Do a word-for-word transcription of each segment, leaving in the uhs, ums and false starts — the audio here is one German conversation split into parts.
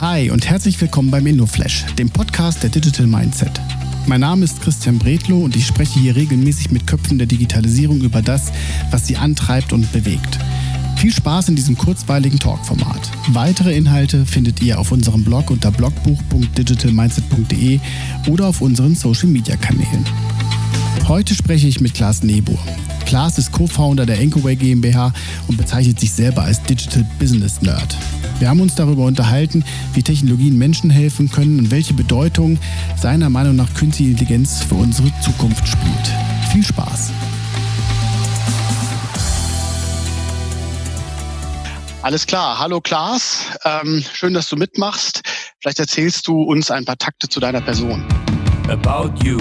Hi und herzlich willkommen beim InnoFlash, dem Podcast der Digital Mindset. Mein Name ist Christian Bredlow und ich spreche hier regelmäßig mit Köpfen der Digitalisierung über das, was sie antreibt und bewegt. Viel Spaß in diesem kurzweiligen Talkformat. Weitere Inhalte findet ihr auf unserem Blog unter blogbuch punkt digital mindset punkt de oder auf unseren Social-Media-Kanälen. Heute spreche ich mit Klaas Nebuhr. Klaas ist Co-Founder der Encoway GmbH und bezeichnet sich selber als Digital Business Nerd. Wir haben uns darüber unterhalten, wie Technologien Menschen helfen können und welche Bedeutung seiner Meinung nach künstliche Intelligenz für unsere Zukunft spielt. Viel Spaß! Alles klar. Hallo Klaas, ähm, schön, dass du mitmachst. Vielleicht erzählst du uns ein paar Takte zu deiner Person. About you.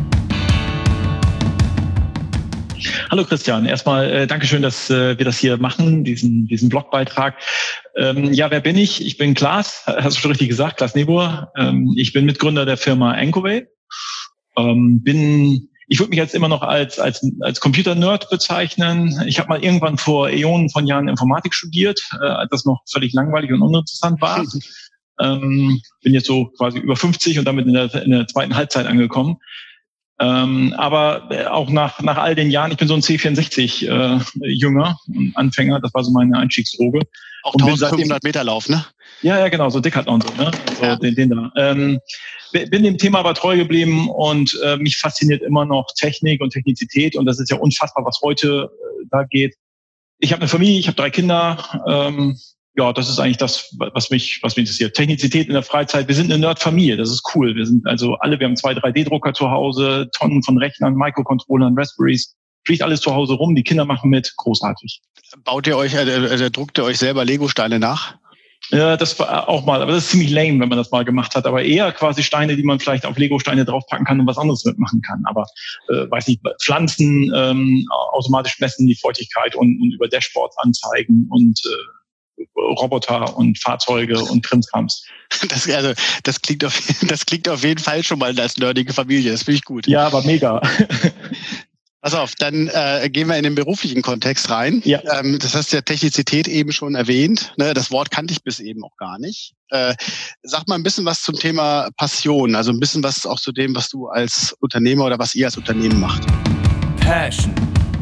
Hallo Christian, erstmal äh, Dankeschön, dass äh, wir das hier machen, diesen diesen Blogbeitrag. Ähm, ja, wer bin ich? Ich bin Klaas, hast du schon richtig gesagt, Klaas Nebuhr. Ähm, ich bin Mitgründer der Firma Encoway. Ähm, bin, ich würde mich jetzt immer noch als als als Computer-Nerd bezeichnen. Ich habe mal irgendwann vor Äonen von Jahren Informatik studiert, äh, als das noch völlig langweilig und uninteressant war. ähm, bin jetzt so quasi über fünfzig und damit in der, in der zweiten Halbzeit angekommen. Ähm, aber auch nach nach all den Jahren, ich bin so ein C vierundsechzig äh, Jünger, Anfänger, das war so meine Einstiegsdroge. Auch eintausendfünfhundert Meter Lauf, ne? Ja, ja, genau, so Decathlon, so, ne? So, ja. den, den da. Ähm, bin dem Thema aber treu geblieben und äh, mich fasziniert immer noch Technik und Technizität und das ist ja unfassbar, was heute äh, da geht. Ich habe eine Familie, ich habe drei Kinder. Ähm, Ja, das ist eigentlich das, was mich, was mich interessiert. Technizität in der Freizeit. Wir sind eine Nerd-Familie. Das ist cool. Wir sind also alle, wir haben zwei drei D Drucker zu Hause, Tonnen von Rechnern, Microcontrollern, Raspberries. Fliegt alles zu Hause rum. Die Kinder machen mit. Großartig. Baut ihr euch, äh, druckt ihr euch selber Lego-Steine nach? Ja, das war auch mal, aber das ist ziemlich lame, wenn man das mal gemacht hat. Aber eher quasi Steine, die man vielleicht auf Lego-Steine draufpacken kann und was anderes mitmachen kann. Aber, äh, weiß nicht, Pflanzen, ähm, automatisch messen die Feuchtigkeit und, und über Dashboards anzeigen und, äh, Roboter und Fahrzeuge und Krimskrams. Das, also, das klingt auf, das klingt auf jeden Fall schon mal als nerdige Familie. Das finde ich gut. Ja, aber mega. Pass auf, dann äh, gehen wir in den beruflichen Kontext rein. Ja. Ähm, das hast du ja Technizität eben schon erwähnt. Ne, das Wort kannte ich bis eben auch gar nicht. Äh, sag mal ein bisschen was zum Thema Passion, also ein bisschen was auch zu dem, was du als Unternehmer oder was ihr als Unternehmen macht. Passion.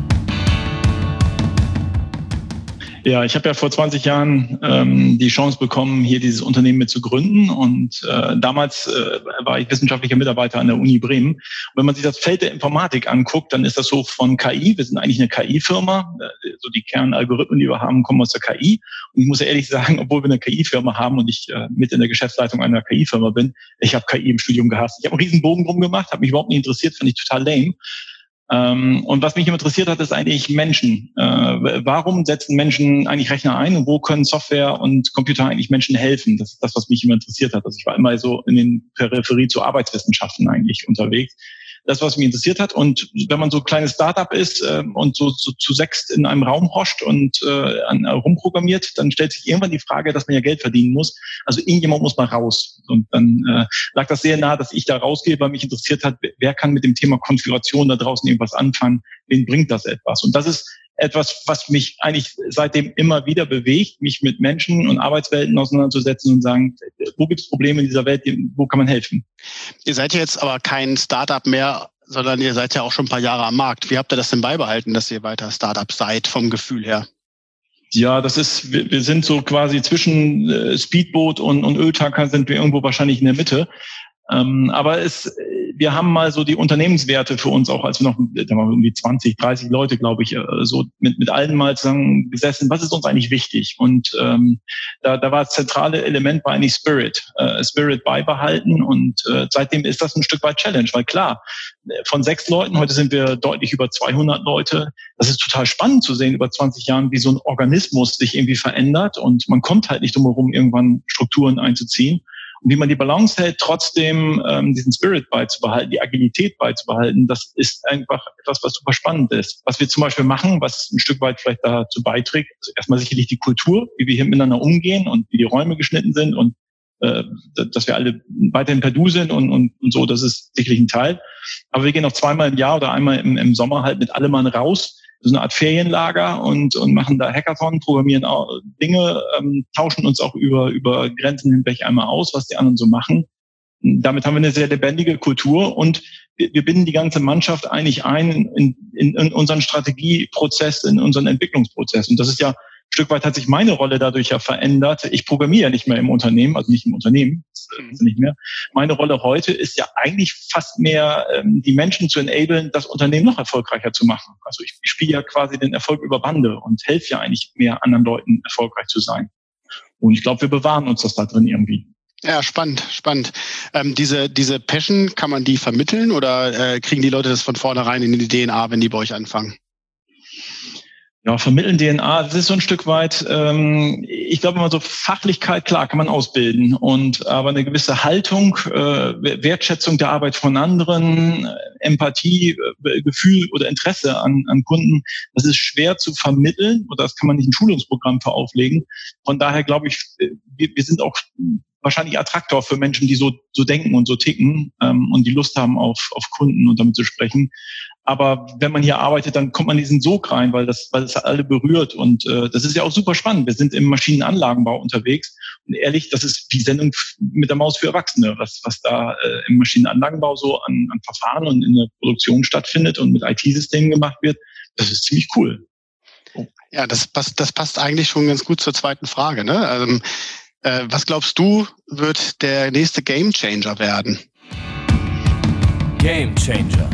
Ja, ich habe ja vor zwanzig Jahren ähm, die Chance bekommen, hier dieses Unternehmen mit zu gründen. Und äh, damals äh, war ich wissenschaftlicher Mitarbeiter an der Uni Bremen. Und wenn man sich das Feld der Informatik anguckt, dann ist das so von K I. Wir sind eigentlich eine K I-Firma. Äh, so die Kernalgorithmen, die wir haben, kommen aus der K I. Und ich muss ja ehrlich sagen, obwohl wir eine K I-Firma haben und ich äh, mit in der Geschäftsleitung einer K I-Firma bin, ich habe K I im Studium gehasst. Ich habe einen riesen Bogen drum gemacht, habe mich überhaupt nicht interessiert, fand ich total lame. Ähm, und was mich immer interessiert hat, ist eigentlich Menschen. Äh, warum setzen Menschen eigentlich Rechner ein und wo können Software und Computer eigentlich Menschen helfen? Das ist das, was mich immer interessiert hat. Also ich war immer so in den Peripherie zu Arbeitswissenschaften eigentlich unterwegs. Das, was mich interessiert hat. Und wenn man so ein kleines Startup ist äh, und so, so zu sechst in einem Raum hoscht und äh, an, äh, rumprogrammiert, dann stellt sich irgendwann die Frage, dass man ja Geld verdienen muss. Also irgendjemand muss mal raus. Und dann äh, lag das sehr nahe, dass ich da rausgehe, weil mich interessiert hat, wer kann mit dem Thema Konfiguration da draußen irgendwas anfangen? Wen bringt das etwas? Und das ist etwas, was mich eigentlich seitdem immer wieder bewegt, mich mit Menschen und Arbeitswelten auseinanderzusetzen und sagen, wo gibt es Probleme in dieser Welt, wo kann man helfen? Ihr seid ja jetzt aber kein Startup mehr, sondern ihr seid ja auch schon ein paar Jahre am Markt. Wie habt ihr das denn beibehalten, dass ihr weiter Startup seid, vom Gefühl her? Ja, das ist, wir, wir sind so quasi zwischen äh, Speedboot und, und Öltanker sind wir irgendwo wahrscheinlich in der Mitte. Ähm, aber es, wir haben mal so die Unternehmenswerte für uns auch, als wir noch da waren wir irgendwie zwanzig, dreißig Leute, glaube ich, so mit mit allen mal zusammen gesessen. Was ist uns eigentlich wichtig? Und ähm, da, da war das zentrale Element war eigentlich Spirit, äh, Spirit beibehalten. Und äh, seitdem ist das ein Stück weit Challenge, weil klar, von sechs Leuten, heute sind wir deutlich über zweihundert Leute. Das ist total spannend zu sehen über zwanzig Jahren, wie so ein Organismus sich irgendwie verändert und man kommt halt nicht drum herum, irgendwann Strukturen einzuziehen. Und wie man die Balance hält, trotzdem ähm, diesen Spirit beizubehalten, die Agilität beizubehalten, das ist einfach etwas, was super spannend ist. Was wir zum Beispiel machen, was ein Stück weit vielleicht dazu beiträgt, also erstmal sicherlich die Kultur, wie wir hier miteinander umgehen und wie die Räume geschnitten sind und äh, dass wir alle weiterhin per Du sind und, und, und so, das ist sicherlich ein Teil. Aber wir gehen auch zweimal im Jahr oder einmal im, im Sommer halt mit allem Mann raus so eine Art Ferienlager und, und machen da Hackathon, programmieren auch Dinge, ähm, tauschen uns auch über, über Grenzen hinweg einmal aus, was die anderen so machen. Damit haben wir eine sehr lebendige Kultur und wir, wir binden die ganze Mannschaft eigentlich ein in, in, in unseren Strategieprozess, in unseren Entwicklungsprozess. Und das ist ja, ein Stück weit hat sich meine Rolle dadurch ja verändert. Ich programmiere ja nicht mehr im Unternehmen, also nicht im Unternehmen, das ist nicht mehr. Meine Rolle heute ist ja eigentlich fast mehr, ähm, die Menschen zu enablen, das Unternehmen noch erfolgreicher zu machen. Also ich, ich spiele ja quasi den Erfolg über Bande und helfe ja eigentlich mehr anderen Leuten, erfolgreich zu sein. Und ich glaube, wir bewahren uns das da drin irgendwie. Ja, spannend, spannend. Ähm, diese, diese Passion, kann man die vermitteln oder äh, kriegen die Leute das von vornherein in die D N A, wenn die bei euch anfangen? Ja, vermitteln D N A, das ist so ein Stück weit, ähm, ich glaube immer so Fachlichkeit, klar, kann man ausbilden. Und aber eine gewisse Haltung, äh, Wertschätzung der Arbeit von anderen, Empathie, äh, Gefühl oder Interesse an, an Kunden, das ist schwer zu vermitteln oder das kann man nicht ein Schulungsprogramm für auflegen. Von daher glaube ich, wir, wir sind auch wahrscheinlich Attraktor für Menschen, die so so denken und so ticken ähm, und die Lust haben auf auf Kunden und damit zu sprechen. Aber wenn man hier arbeitet, dann kommt man in diesen Sog rein, weil das weil das alle berührt und äh, das ist ja auch super spannend. Wir sind im Maschinenanlagenbau unterwegs und ehrlich, das ist die Sendung mit der Maus für Erwachsene, was was da äh, im Maschinenanlagenbau so an, an Verfahren und in der Produktion stattfindet und mit I T-Systemen gemacht wird. Das ist ziemlich cool. Ja, das passt das passt eigentlich schon ganz gut zur zweiten Frage, ne? Also, Äh, was glaubst du, wird der nächste Game Changer werden? Game Changer.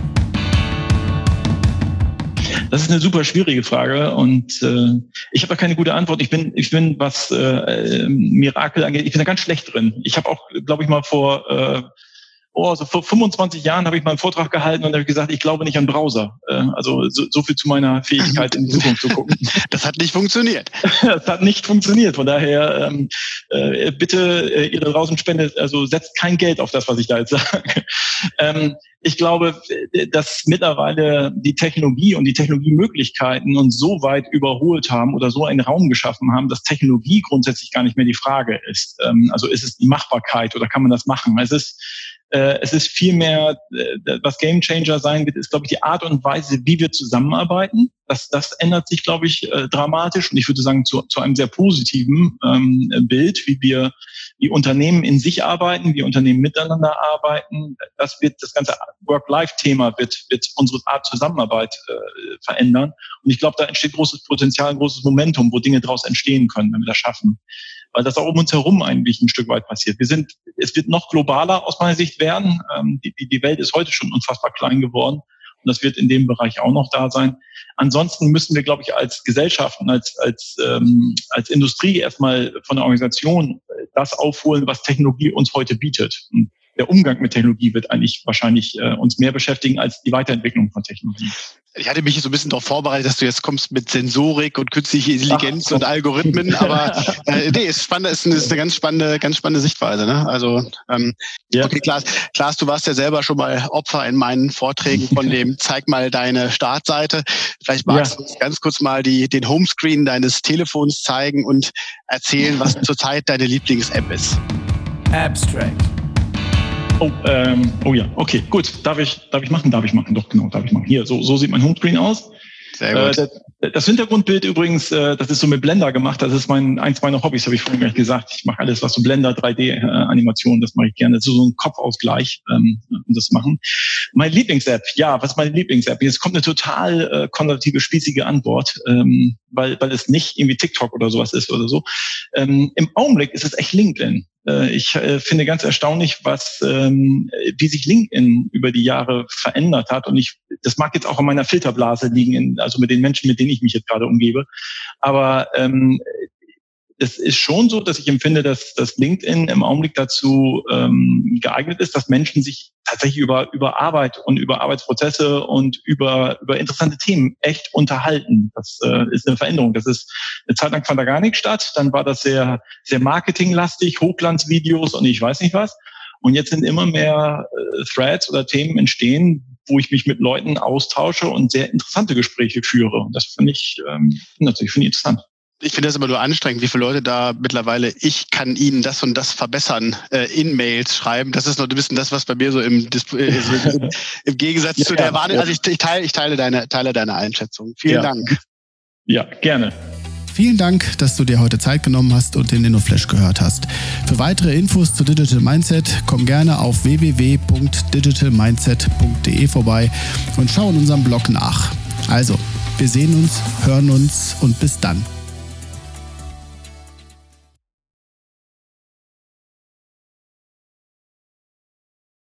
Das ist eine super schwierige Frage und äh, ich habe da keine gute Antwort. Ich bin, ich bin, was äh, Mirakel angeht, ich bin da ganz schlecht drin. Ich habe auch, glaube ich, mal vor äh, Oh, also vor fünfundzwanzig Jahren habe ich mal einen Vortrag gehalten und habe gesagt, ich glaube nicht an Browser. Also so, so viel zu meiner Fähigkeit, in die Zukunft zu gucken. Das hat nicht funktioniert. Das hat nicht funktioniert. Von daher ähm, äh, bitte, äh, ihr da draußen spendet, also setzt kein Geld auf das, was ich da jetzt sage. Ähm, ich glaube, dass mittlerweile die Technologie und die Technologiemöglichkeiten uns so weit überholt haben oder so einen Raum geschaffen haben, dass Technologie grundsätzlich gar nicht mehr die Frage ist. Ähm, also ist es die Machbarkeit oder kann man das machen? Es ist Äh, es ist vielmehr, äh, was Game Changer sein wird, ist, glaube ich, die Art und Weise, wie wir zusammenarbeiten. Das, das ändert sich, glaube ich, äh, dramatisch. Und ich würde sagen, zu, zu einem sehr positiven ähm, Bild, wie wir, wie Unternehmen in sich arbeiten, wie Unternehmen miteinander arbeiten. Das wird, das ganze Work-Life-Thema wird, wird unsere Art Zusammenarbeit äh, verändern. Und ich glaube, da entsteht großes Potenzial, ein großes Momentum, wo Dinge daraus entstehen können, wenn wir das schaffen. Weil das auch um uns herum eigentlich ein Stück weit passiert. Wir sind, es wird noch globaler aus meiner Sicht werden. Ähm, die, die Welt ist heute schon unfassbar klein geworden und das wird in dem Bereich auch noch da sein. Ansonsten müssen wir, glaube ich, als Gesellschaft und als als ähm, als Industrie erstmal von der Organisation das aufholen, was Technologie uns heute bietet. Und der Umgang mit Technologie wird eigentlich wahrscheinlich äh, uns mehr beschäftigen als die Weiterentwicklung von Technologie. Ich hatte mich so ein bisschen darauf vorbereitet, dass du jetzt kommst mit Sensorik und künstliche Intelligenz Ach, und Algorithmen, aber äh, nee, ist spannend, ist eine, ist eine ganz spannende, ganz spannende Sichtweise. Ne? Also ähm, ja. Okay, Klaas, Klaas, du warst ja selber schon mal Opfer in meinen Vorträgen von dem Zeig mal deine Startseite. Vielleicht magst ja. du uns ganz kurz mal die, den Homescreen deines Telefons zeigen und erzählen, was zurzeit deine Lieblings-App ist. Abstract. Oh, ähm, oh ja, okay, gut. Darf ich, darf ich machen? Darf ich machen? Doch, genau, darf ich machen. Hier, so, so sieht mein Homescreen aus. Sehr gut. Äh, das, das Hintergrundbild übrigens, äh, das ist so mit Blender gemacht. Das ist mein eins meiner Hobbys, habe ich vorhin gleich gesagt. Ich mache alles, was so Blender, drei D-Animationen, das mache ich gerne. Das ist so ein Kopfausgleich, ähm, um das machen. Meine Lieblings-App, ja, was ist meine Lieblings-App? Jetzt kommt eine total äh, konservative, spießige Antwort, ähm, weil, weil es nicht irgendwie TikTok oder sowas ist oder so. Ähm, Im Augenblick ist es echt LinkedIn. Ich äh, finde ganz erstaunlich, was ähm, wie sich LinkedIn über die Jahre verändert hat. Und ich, das mag jetzt auch an meiner Filterblase liegen, in, also mit den Menschen, mit denen ich mich jetzt gerade umgebe. Aber ähm, es ist schon so, dass ich empfinde, dass, dass LinkedIn im Augenblick dazu ähm, geeignet ist, dass Menschen sich tatsächlich über, über Arbeit und über Arbeitsprozesse und über, über interessante Themen echt unterhalten. Das äh, ist eine Veränderung. Das ist eine Zeit lang fand da gar nichts statt. Dann war das sehr, sehr marketinglastig, Hochglanzvideos und ich weiß nicht was. Und jetzt sind immer mehr äh, Threads oder Themen entstehen, wo ich mich mit Leuten austausche und sehr interessante Gespräche führe. Und das finde ich ähm, natürlich finde ich interessant. Ich finde das immer nur anstrengend, wie viele Leute da mittlerweile, ich kann Ihnen das und das verbessern, äh, in Mails schreiben. Das ist noch ein bisschen das, was bei mir so im, Display, äh, so im, im Gegensatz ja, zu der Wahrnehmung, also ich, ich, teile, ich teile, deine, teile deine Einschätzung. Vielen ja. Dank. Ja, gerne. Vielen Dank, dass du dir heute Zeit genommen hast und den InnoFlash gehört hast. Für weitere Infos zu Digital Mindset komm gerne auf w w w punkt digital mindset punkt d e vorbei und schau in unserem Blog nach. Also, wir sehen uns, hören uns und bis dann.